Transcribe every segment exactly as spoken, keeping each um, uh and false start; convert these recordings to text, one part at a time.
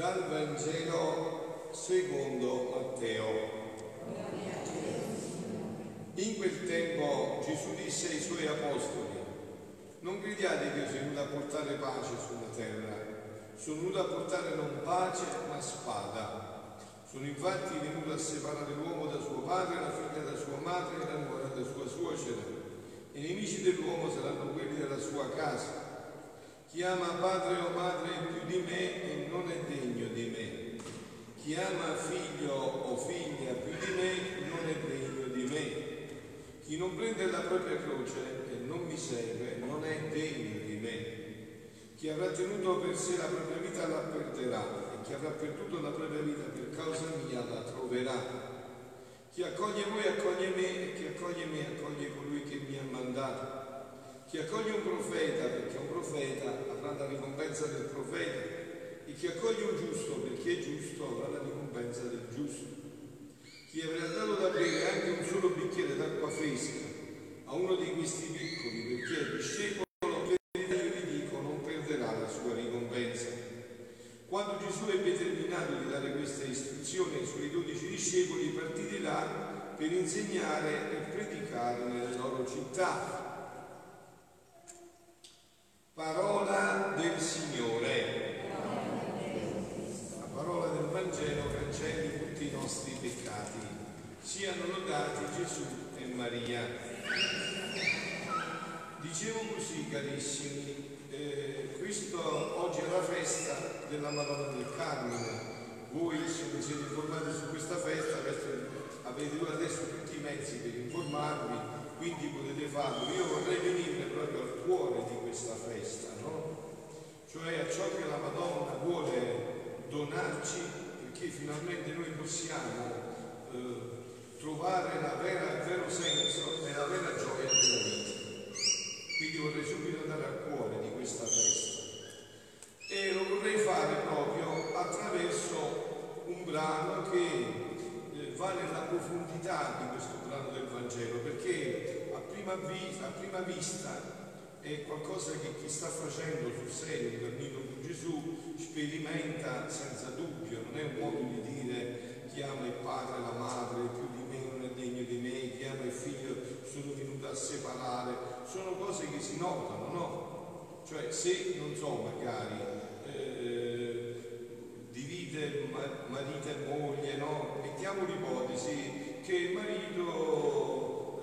Dal Vangelo secondo Matteo. In quel tempo Gesù disse ai suoi apostoli: non crediate che io sia venuto a portare pace sulla terra. Sono venuto a portare non pace ma spada. Sono infatti venuto a separare l'uomo da suo padre, la figlia da sua madre e la nuora da sua suocera. I nemici dell'uomo saranno quelli della sua casa. Chi ama padre o madre più di me e non è degno di me. Chi ama figlio o figlia più di me non è degno di me. Chi non prende la propria croce e non mi segue non è degno di me. Chi avrà tenuto per sé la propria vita la perderà, e chi avrà perduto la propria vita per causa mia la troverà. Chi accoglie voi accoglie me, e chi accoglie me accoglie colui che mi ha mandato. Chi accoglie un profeta perché è un profeta avrà la ricompensa del profeta, e chi accoglie un giusto perché è giusto avrà la ricompensa del giusto. Chi avrà dato da bere anche un solo bicchiere d'acqua fresca a uno di questi piccoli perché è discepolo, io vi dico, non perderà la sua ricompensa. Quando Gesù ebbe terminato di dare queste istruzioni ai suoi dodici discepoli, partì di là per insegnare e predicare nelle loro città. Parola del Signore. La parola del Vangelo cancelli tutti i nostri peccati. Siano lodati Gesù e Maria. Dicevo così, carissimi, eh, questo oggi è la festa della Madonna del Carmine. Voi se non siete informati su questa festa avete adesso tutti i mezzi per informarvi, quindi potete farlo. Io vorrei venire proprio al cuore di questa festa, no? Cioè a ciò che la Madonna vuole donarci, perché finalmente noi possiamo eh, trovare la vera, il vero senso e la vera gioia della vita. Quindi vorrei subito andare al cuore di questa festa e lo vorrei fare proprio attraverso un brano che eh, va nella profondità di questo brano del Vangelo, perché a prima vista, a prima vista è qualcosa che chi sta facendo sul serio il cammino con Gesù sperimenta senza dubbio. Non è un modo di dire chi ama il padre e la madre più di me non è degno di me, chi ama il figlio sono venuto a separare. Sono cose che si notano, no? Cioè se, non so, magari eh, divide ma- marito e moglie, no? Mettiamo l'ipotesi che il marito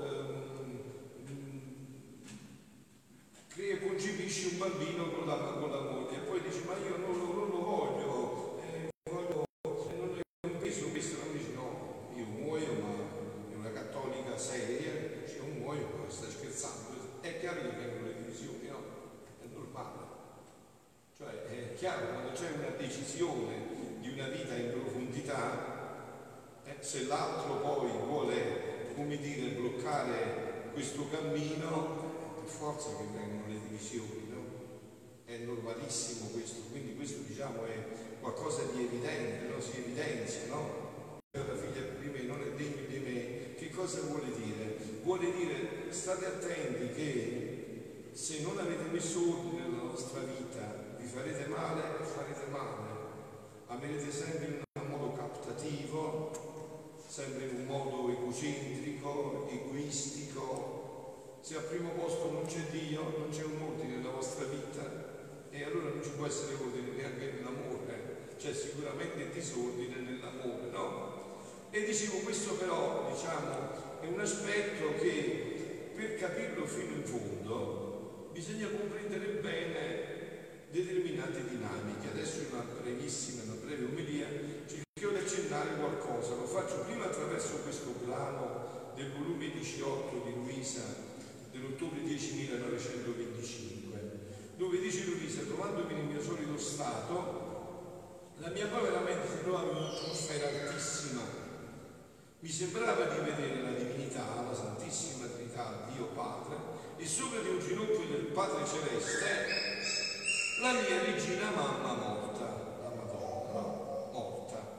che concepisce un bambino con la, con la moglie e poi dice ma io non lo, non lo voglio, eh, voglio eh, non è un peso, questo non dice no, io muoio, ma è una cattolica seria, dice io muoio, ma stai scherzando. È chiaro che vengono le divisioni, no? È normale. Cioè è chiaro, quando c'è una decisione di una vita in profondità, eh, se l'altro poi vuole, come dire, bloccare questo cammino, forza che vengono le divisioni, no? È normalissimo questo, quindi questo diciamo è qualcosa di evidente, no? Si evidenzia, no? La figlia di me non è degno di me. Che cosa vuole dire? Vuole dire state attenti che se non avete messo ordine nella vostra vita vi farete male e farete male, amerete sempre in un modo captativo, sempre in un modo egocentrico, egoistico. Se al primo posto non c'è Dio, non c'è un ordine nella vostra vita, e allora non ci può essere ordine neanche nell'amore, c'è sicuramente disordine nell'amore, no? E dicevo, questo però, diciamo, è un aspetto che per capirlo fino in fondo bisogna comprendere bene determinate dinamiche. Adesso in una brevissima, una breve omelia cercherò di accennare qualcosa, lo faccio prima attraverso questo brano del volume diciotto di Luisa dell'ottobre dieci millenovecentoventicinque, dove dice Luisa: trovandomi nel mio solito stato, la mia povera mente si trovava in un'atmosfera altissima. Mi sembrava di vedere la divinità, la Santissima Trinità, Dio Padre, e sopra di un ginocchio del Padre Celeste la mia regina mamma morta, la Madonna, morta,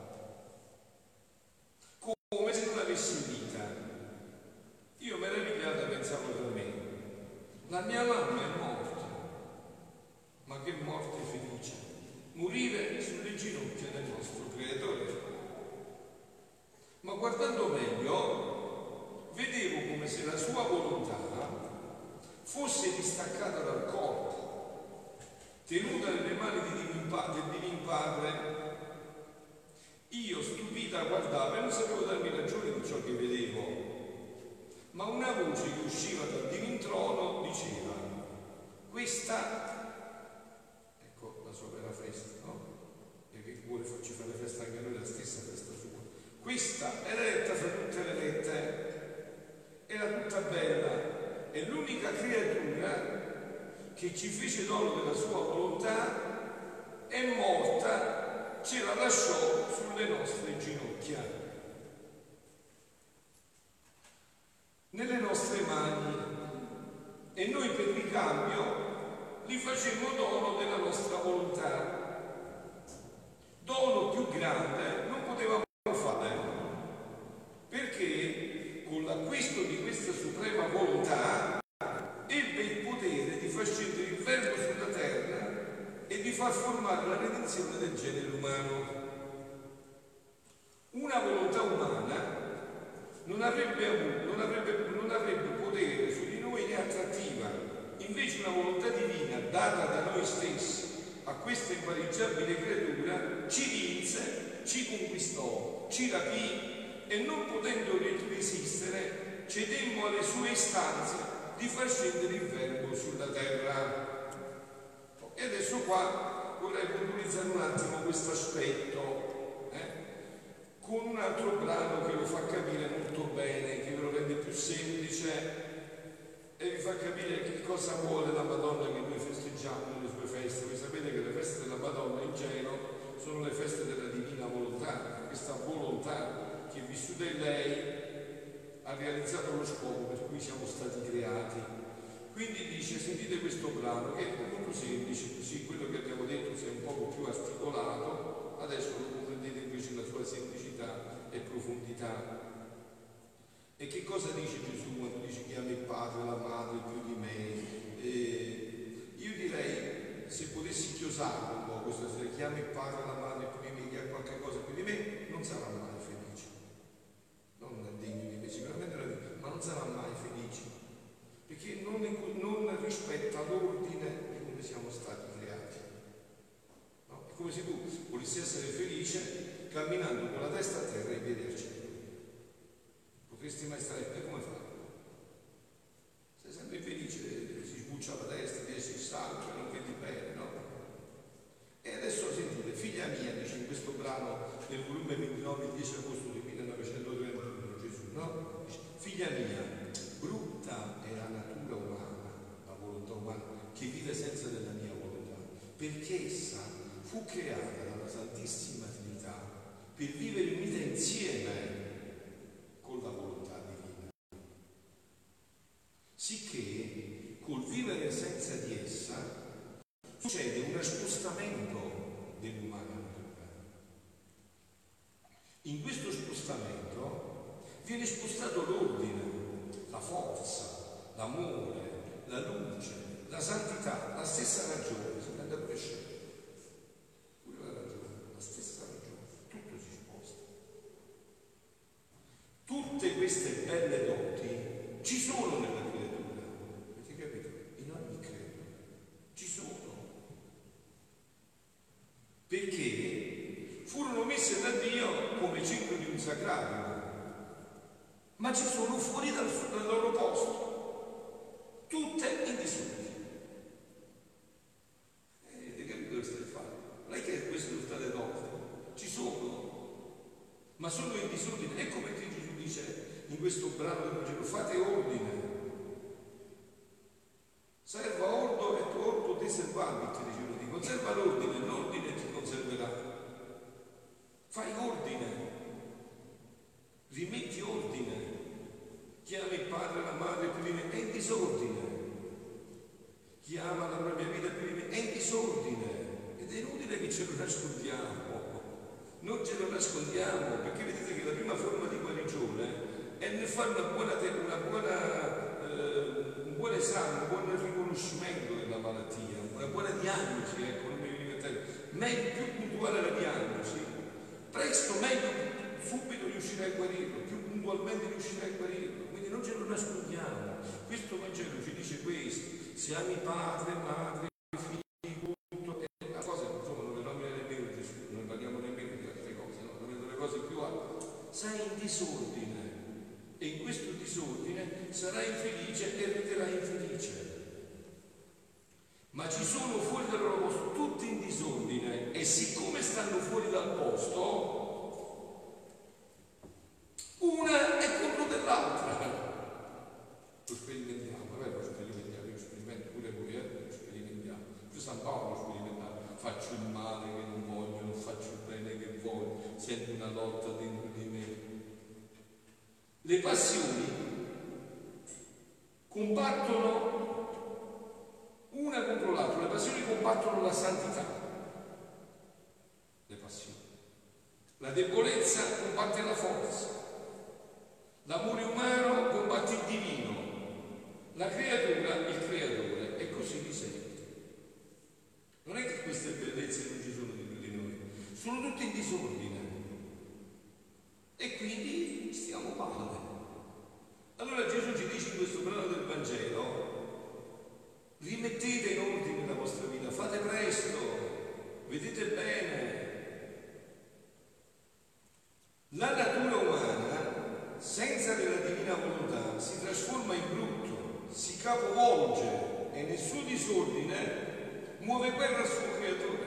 come se non avessi vita. Io meravigliata pensavo per me, la mia mamma è morta, ma che morte felice, morire sulle ginocchia guardando meglio vedevo come se la sua volontà fosse distaccata dal corpo, tenuta nelle mani di Divin Padre, del Divin Padre. Io stupita guardavo e non sapevo darmi ragione di ciò che vedevo, ma una voce che usciva dal Divin Trono diceva: questa, ecco la sua vera festa, no? E che vuole farci fare festa anche a noi, la stessa festa sua. Questa è eletta fra tutte le elette, era tutta bella, è l'unica creatura che ci fece dono della sua volontà, è morta, ce la lasciò sulle nostre ginocchia, nelle nostre mani, e noi per ricambio gli facemmo dono della nostra volontà. Dono più grande non potevamo fare, perché con l'acquisto di questa suprema volontà ebbe il potere di far scendere il Verbo sulla terra e di far formare la redenzione del genere umano. Una volontà umana non avrebbe avuto, non avrebbe, non avrebbe potere su di noi né attrattiva, invece una volontà divina data da noi stessi a questa impareggiabile creatura ci vinse, ci conquistò, ci rapì e non potendo resistere cedemmo alle sue istanze di far scendere il Verbo sulla terra. E adesso qua vorrei puntualizzare un attimo questo aspetto eh? con un altro brano che lo fa capire molto bene, che ve lo rende più semplice e vi fa capire che cosa vuole la Madonna che noi festeggiamo nelle sue feste. Voi sapete che le feste della Madonna in genere sono le feste della divina volontà, questa volontà che vissuta in lei ha realizzato lo scopo per cui siamo stati creati. Quindi dice, sentite questo brano che è molto semplice, così quello che abbiamo detto sia un poco più articolato, adesso lo comprendete invece la sua semplicità e profondità. E che cosa dice Gesù quando dice chiama il Padre, la Madre più di me? Eh, io direi, se potessi chiosare un po' questa sera, chiama il Padre, la Madre più di me, chi ha qualche cosa più di me, non sarà mai felice. Non è degno di me, sicuramente non è degno, ma non sarà mai felice, perché non, non rispetta l'ordine di come siamo stati creati. No? È come se tu volessi essere felice camminando con la testa a terra e i piedi al cielo. Potresti mai stare bene? Come fai? Sei sempre infelice, si sbuccia la testa, ti esce il sangue, non vedi bene, no? E adesso sentite, figlia mia, dice in questo brano del volume ventinove, il dieci agosto del millenovecentotrentuno, Gesù, no? Dice, figlia mia, brutta è la natura umana, la volontà umana, che vive senza della mia volontà, perché essa fu creata dalla Santissima Trinità per vivere unita insieme con la volontà divina, sicché col vivere senza di essa succede uno spostamento dell'umana natura. In questo spostamento viene spostato l'ordine, la forza, l'amore, la luce, la santità, la stessa ragione, si prende pure scelta. Pure la ragione, la stessa ragione, tutto si sposta. Tutte queste belle doti ci sono nella creatura, avete capito? In ogni creatura ci sono, perché furono messe da Dio come centro di un sacrario, ma ci sono fuori dal, dal loro posto, tutte in disordine. Avete capito che state a fare? Non è che queste sono state doti, ci sono, ma sono in disordine. Ecco perché Gesù dice in questo brano del Vangelo, fate ordine. Serva ordo et ordo te servavit, dice, ti conserva l'ordine, l'ordine ti conserverà. Fai ordine, rimetti ordine, chiama il padre e la madre più di me, è in disordine, chiama la propria vita più di me, è in disordine, ed è inutile che ce lo nascondiamo, non ce lo nascondiamo, perché vedete che la prima forma di guarigione è nel fare una buona, una buona, eh, un buon esame, un buon riconoscimento della malattia, una buona diagnosi, ecco, non mi viene in mente, meglio, più puntuale la diagnosi, presto, meglio, subito riuscirai a guarirlo, più puntualmente riuscirai a guarirlo. Quindi non ce lo nascondiamo. Questo Vangelo ci dice questo: se ami padre, madre, figli, culto, e una cosa, insomma, non le nomina nemmeno Gesù, non parliamo nemmeno di altre cose, no? Non le cose più alte. Sei in disordine, e in questo disordine sarai infelice e renderai infelice. Ma ci sono fuori dal loro posto tutti in disordine, e siccome stanno fuori dal posto, una è contro dell'altra. Lo sperimentiamo, è vero, lo sperimentiamo, io sperimento pure voi, eh? Lo sperimentiamo. Io San Paolo lo sperimentava: faccio il male che non voglio, non faccio il bene che voglio, sento una lotta dentro di me. Le passioni combattono una contro l'altra, le passioni combattono la santità, le passioni. La debolezza combatte la forza, l'amore umano combatte il divino, la creatura il creatore, e così vi sente. Non è che queste bellezze non ci sono di noi, sono tutte in disordine, e quindi stiamo male. Allora Gesù ci dice in questo brano del Vangelo: rimettete in ordine la vostra vita, fate presto, vedete bene. La natura umana, senza della divina volontà, si trasforma in brutto, si capovolge e nel suo disordine muove guerra al suo creatore.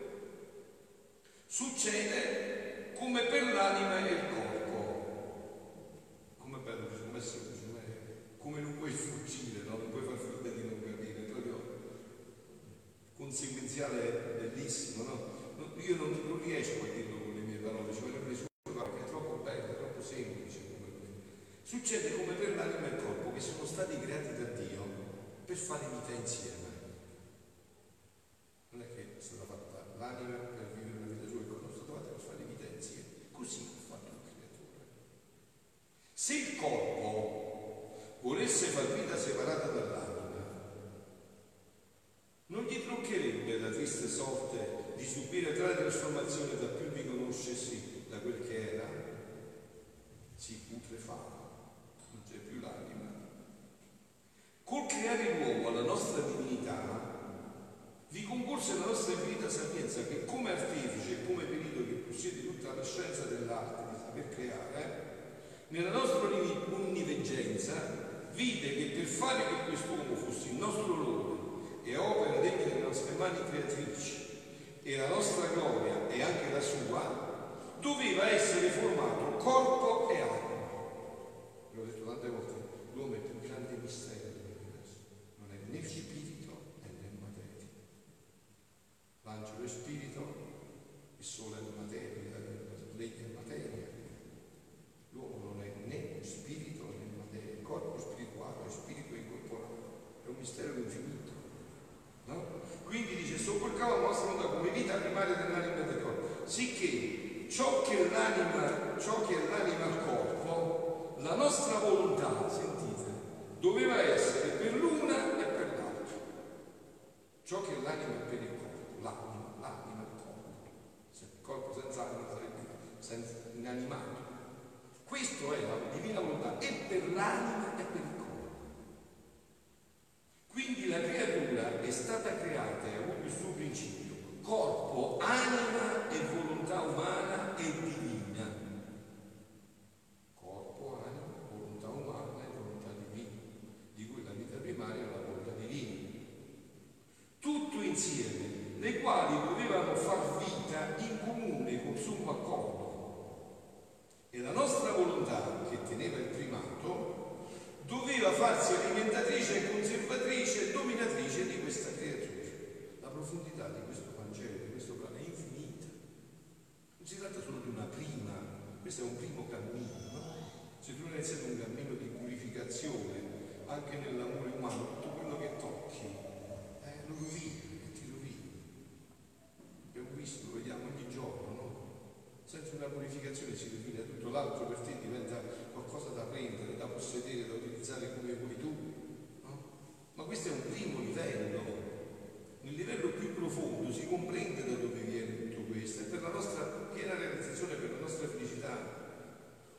Succede come per l'anima e il corpo. Come bello, come semplice, come non puoi fuggire, no? Non puoi far finta di non capire, proprio conseguenziale bellissimo, no? Io non, non riesco a dirlo con le mie parole, ci voglio preso perché è troppo bello, è troppo semplice come quello. Succede come per l'anima e il corpo, che sono stati creati da Dio per fare vita insieme. Non è che è stata fatta l'anima per vivere una vita sua, il corpo è stato fatto per fare vita insieme. Così ha fatto il creatore. Se il corpo volesse far vita separata dall'anima, non gli toccherebbe la triste sorte di subire tale trasformazione da più di conoscersi da quel che era, si putrefa, non c'è più l'anima. Col creare l'uomo alla nostra divinità vi concorse la nostra infinita sapienza, che come artefice e come perito che possiede tutta la scienza dell'arte di saper creare, nella nostra onniveggenza vide che per fare che quest'uomo fosse il nostro lode e opera degna delle nostre mani creatrici, e la nostra gloria e anche la sua, doveva essere formato corpo e anima. L'ho detto tante volte, l'uomo è il più grande mistero dell'universo, non è né spirito né materia. L'angelo è spirito, il sole è materia, legno è materia. L'uomo non è né spirito né materia, il corpo spirituale, è spirito incorporato, è un mistero infinito. No? Quindi dice: sopra il cavo mostra come vita primaria dell'anima e del corpo, sicché ciò che l'anima, ciò che è l'anima al corpo, la nostra volontà, sentite, doveva essere per l'una e per l'altra. Ciò che è l'anima è per il corpo, l'anima, l'anima e il corpo. Se il corpo senza anima sarebbe senza, inanimato. Questo è la divina volontà, e per l'anima e per il corpo. Quindi la creatura è stata creata e ha avuto il suo principio: corpo, anima e volontà umana e divina. Corpo, anima, volontà umana e volontà divina, di cui la vita primaria è la volontà divina. Tutto insieme, le quali dovevano far vita in comune con sommo accordo. E la nostra volontà, che teneva il primato, doveva farsi alimentatrice e conservatrice e dominatrice di questa creatura. La profondità di questo Vangelo, di questo brano, è infinita. Non si tratta solo di una prima, questo è un primo cammino, no? Se tu non inizi un cammino di purificazione anche nell'amore umano, tutto quello che tocchi eh, lo rovini, ti rovini. Abbiamo visto, lo vediamo ogni giorno, no? Senza una purificazione si rovina tutto, l'altro per te diventa qualcosa da prendere, da possedere, da utilizzare come vuoi tu, no? Ma questo è un primo livello. Nel livello più profondo si comprende da dove viene tutto questo, e per la nostra piena realizzazione, per la nostra felicità.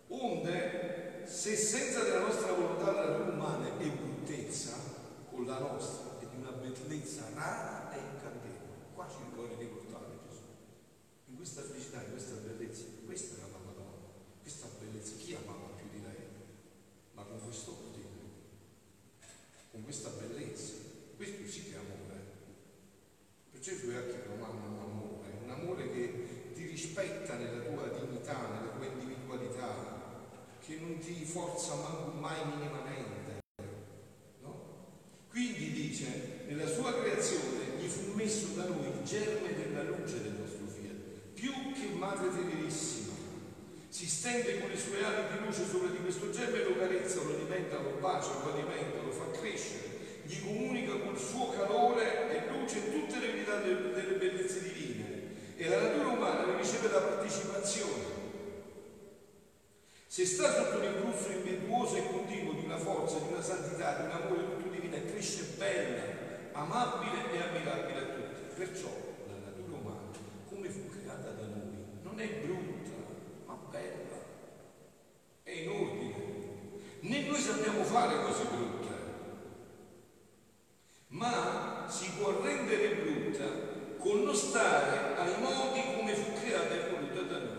se senza della nostra volontà la natura umana è bruttezza, con la nostra è di una bellezza rara e incantevole. Qua ci vuole riportare Gesù. In questa felicità, in questa bellezza, questa era la Madonna, questa bellezza, chi amava più di lei? Ma con questo ordine, con questa bellezza, questo sì che è amore. Perciò i suoi occhi clamano un amore, un amore che ti rispetta nella tua dignità, nella tua individualità, che non ti forza mai minimamente, no? Quindi dice, nella sua creazione gli fu messo da noi il germe della luce del nostro fiat, più che madre tenerissima. Si stende con le sue ali di luce sopra di questo germe, lo carezza, lo alimenta, lo bacia, lo alimenta, lo fa crescere, gli comunica col suo calore e luce tutte le verità delle, delle bellezze divine, e la natura umana ne riceve la partecipazione. Se sta sotto l'impulso impetuoso e continuo di una forza, di una santità, di un amore tutto divino, cresce bella, amabile e ammirabile a tutti. Perciò la natura umana, come fu creata da noi, non è brutta, ma bella, è in ordine. Né noi sappiamo fare cose brutte, ma si può rendere brutta con non stare ai modi come fu creata e voluta da noi.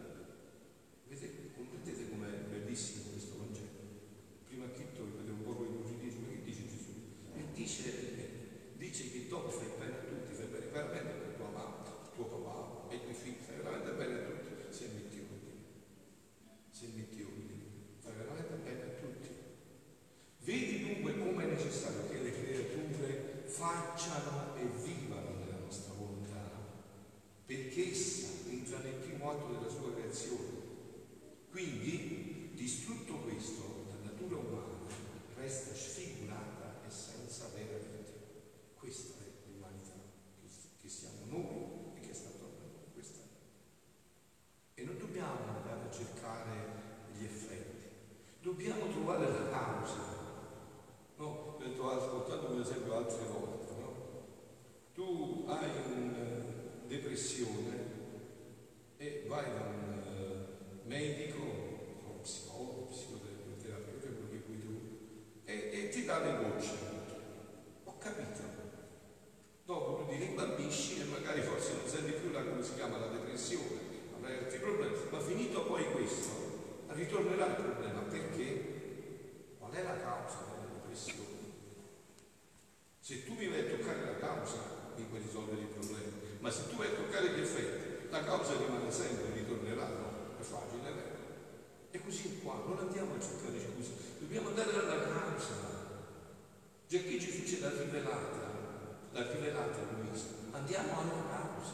Questo Vangelo, prima che tu vedete un po' come dice, ma che dice Gesù? E dice, dice che dopo fai bene a tutti, fai bene veramente a tua mamma, tuo papà e i tuoi figli, fai veramente bene a tutti, se metti ordine, se metti ordine, fai veramente bene a tutti. Vedi dunque come è necessario che le creature facciano e vivano nella nostra volontà, perché essa entra nel primo atto della sua creazione. Quindi, distrutto questo, la natura umana resta sfigurata e senza vera vita. Questa è l'umanità che siamo noi e che sta attorno a noi. Questa è. E non dobbiamo andare a cercare gli effetti, dobbiamo trovare la causa. No, ho detto, ho ascoltato per esempio altre volte, no? Tu hai una depressione e vai da un medico, o psicologo, psicoterapeuta, quello che vuoi tu, e, e ti dà le gocce. Ho capito. Dopo tu ti rimbambisci e magari forse non senti più la, come si chiama, la depressione, avrai altri problemi, ma finito poi questo, ritornerà il problema. Perché? Qual è la causa della depressione? Se tu mi vai a toccare la causa, mi puoi risolvere il problema, ma se tu vai a toccare gli effetti, la causa rimane sempre, ritornerà, no? È facile, vero? E così qua, non andiamo a cercare scuse, dobbiamo andare alla causa. Già che Gesù ce l'ha rivelata, l'ha rivelata Luisa, andiamo alla causa.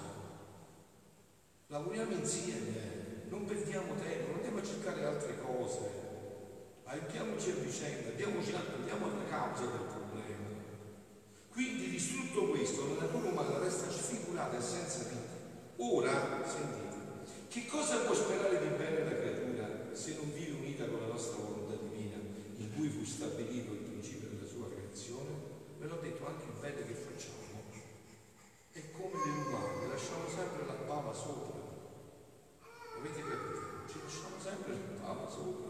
Lavoriamo insieme, non perdiamo tempo, non andiamo a cercare altre cose, aiutiamoci a vicenda, andiamoci, andiamo alla causa del problema. Quindi, distrutto questo, la natura umana resta sfigurata e senza vita. Ora, sentite, che cosa può sperare di bene la creatura se non vive unita con la nostra volontà divina, in cui fu stabilito il principio della sua creazione? Ve l'ho detto, anche il bene che facciamo è come nell'umano, lasciamo sempre la bava sopra. Avete capito? Ci lasciamo sempre la bava sopra.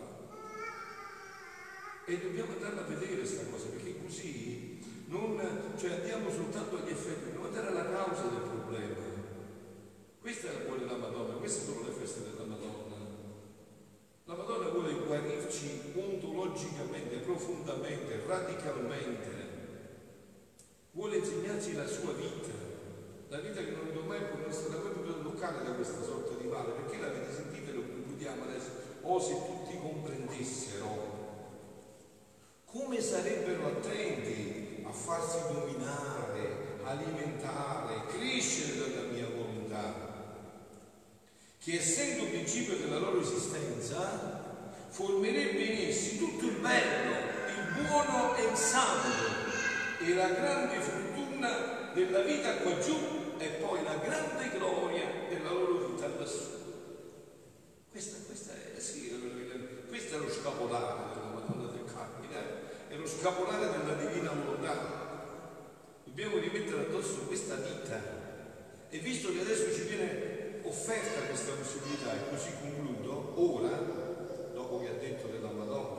E dobbiamo andare a vedere questa cosa, perché così non, cioè andiamo soltanto agli effetti, dobbiamo andare alla causa del problema. Questa vuole la Madonna, queste sono le feste della Madonna. La Madonna vuole guarirci ontologicamente, profondamente, radicalmente. Vuole insegnarci la sua vita, la vita che non è mai non è stata mai potuta toccare da questa sorta di male, perché l'avete sentito e lo concludiamo adesso. Oh, se tutti comprendessero come sarebbero attenti a farsi dominare, alimentare, crescere dalla mia volontà, che essendo principio della loro esistenza formerebbe in essi tutto il bello, il buono e il santo, e la grande fortuna della vita qua giù e poi la grande gloria della loro vita lassù. Questa, questa, è, sì, questo è lo scapolare della Madonna del Carmine, è lo scapolare della divina volontà. Dobbiamo rimettere addosso questa vita, e visto che adesso ci viene offerta questa possibilità, e così concludo, ora, dopo che ha detto della Madonna,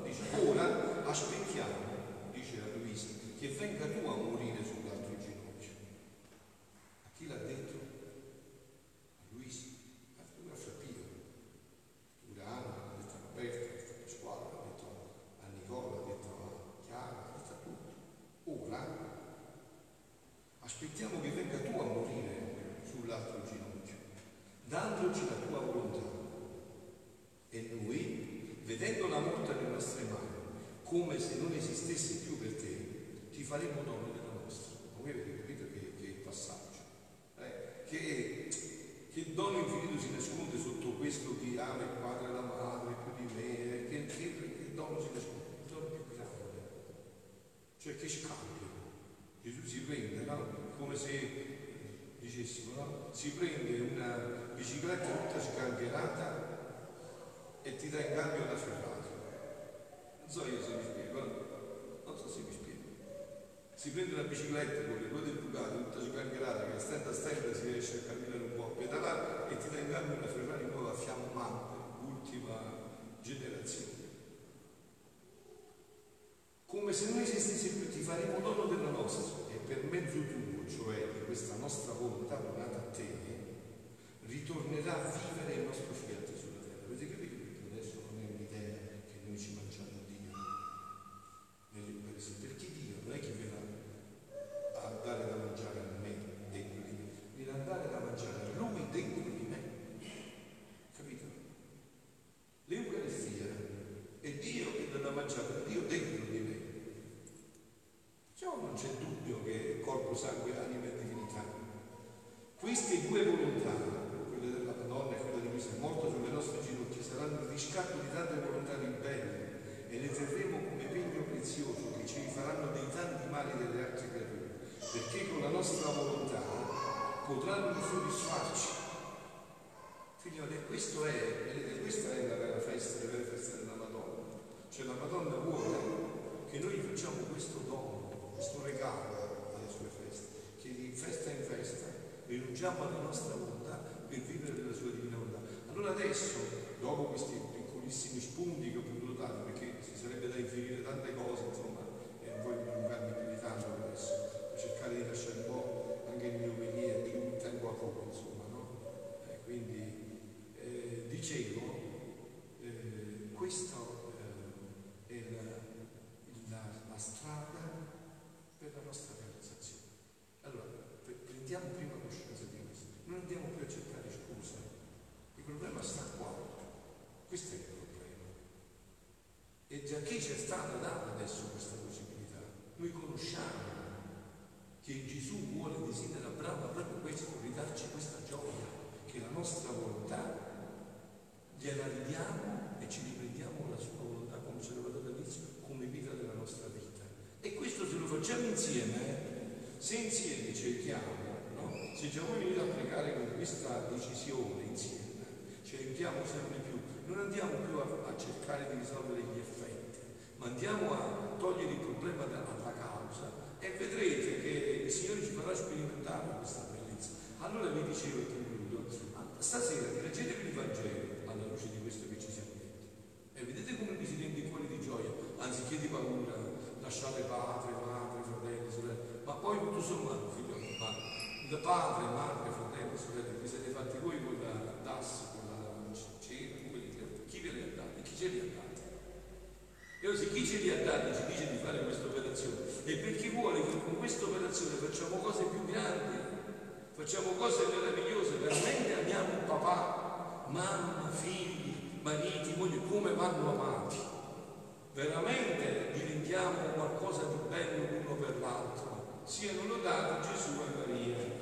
dice, ora aspettiamo, dice a Luisa, che venga tu a morire sull'altro ginocchio. A chi l'ha detto? A Luisa, a Frappino. Pure Anna, l'ha detto a Roberta, l'ha detto a Pasquale, l'ha detto a Nicola, l'ha detto a Chiara, l'ha detto a tutti. Ora aspettiamo che venga tu a morire sull'altro ginocchio, dandoci la tua volontà. E noi, vedendo la morte nelle nostre mani, come se non esistesse più per te, ti faremo dono della nostra. Voi avete capito che, che passaggio? Eh? Che, che dono infinito si nasconde sotto questo che ama il padre e la madre più di me? Che, che, che dono si nasconde? Il dono più grande. Cioè che scambio. Gesù si prende, no? Come se dicessimo, no? Si prende una bicicletta tutta sgangherata e ti dà in cambio una Ferrari. Non so io se mi spiego, no? Non so se mi spiego. Si prende una bicicletta con le ruote bucate, tutta sgangherata, che a stento a stento si riesce a camminare un po', pedalare, e ti dà in cambio una Ferrari nuova fiammante, ultima generazione. Come se non esistesse più, ti faremo dono della nostra, e per mezzo tuo, cioè di questa nostra volontà donata a te, ritornerà a vivere il nostro fiat sulla terra. Avete capito che adesso non è un'idea che noi ci mangiamo Dio nell'Eucaristia, perché Dio non è che viene a dare da mangiare a me dentro di me, viene a dare da mangiare a Lui dentro di me. Capito? L'Eucaristia è Dio che dà da mangiare a Dio dentro di me. Non c'è dubbio che corpo, sangue, anima e divinità. Queste due volontà, quella della Madonna e quella di Cristo, è morto sulle nostre ginocchia, saranno il riscatto di tante volontà ribelli e le terremo come pegno prezioso che ci rifaranno dei tanti mali delle altre creature, perché con la nostra volontà potranno soddisfarci. Figlioli, e questo è, vedete, questa è la vera festa, la vera festa della Madonna. Cioè la Madonna vuole che noi facciamo questo dono, questo regalo alle sue feste, che di festa in festa rinunciamo alla nostra volontà per vivere della sua divina volontà. Allora adesso, dopo questi piccolissimi spunti che ho potuto dare, perché si sarebbe da infinire tante cose, insomma, e non voglio allungarmi più di tanto per adesso, per cercare di lasciare un po' anche il mio venire più tempo a poco, insomma, no? Eh, quindi eh, dicevo, eh, questo eh, è la, la, la strada per la nostra realizzazione. Allora, prendiamo prima coscienza di questo, non andiamo più a cercare scuse. Il problema sta qua, questo è il problema. E già che ci è stata data adesso questa possibilità, noi conosciamo che Gesù vuole, desidera, brava proprio questo, ridarci questa gioia, che la nostra volontà gliela ridiamo e ci riprendiamo la sua volontà, come ce l'ho dato all'inizio, come vita della nostra vita. E questo se lo facciamo insieme, eh? Se insieme cerchiamo, no? Se già voi venite a pregare con questa decisione insieme, cerchiamo sempre più, non andiamo più a, a cercare di risolvere gli effetti, ma andiamo a togliere il problema dalla causa e vedrete che il Signore ci farà sperimentare questa bellezza. Allora vi dicevo e concludo, stasera leggetevi il Vangelo alla luce di questo che ci siamo detti e vedete come vi si rende il cuore di gioia, anziché di paura. Lasciate padre, madre, fratelli, sorelle, ma poi tutto sommato, figlio, ma da padre, madre, fratelli, sorelle, vi siete fatti voi con la D A S, con la cena, chi ve li ha dati? Chi ce li ha dati? E allora se chi ce li ha dati ci dice di fare questa operazione, è perché vuole che con questa operazione facciamo cose più grandi, facciamo cose meravigliose, veramente amiamo papà, mamma, figli, mariti, mogli, come vanno amati. Veramente diventiamo qualcosa di bello l'uno per l'altro. Siano lodati Gesù e Maria.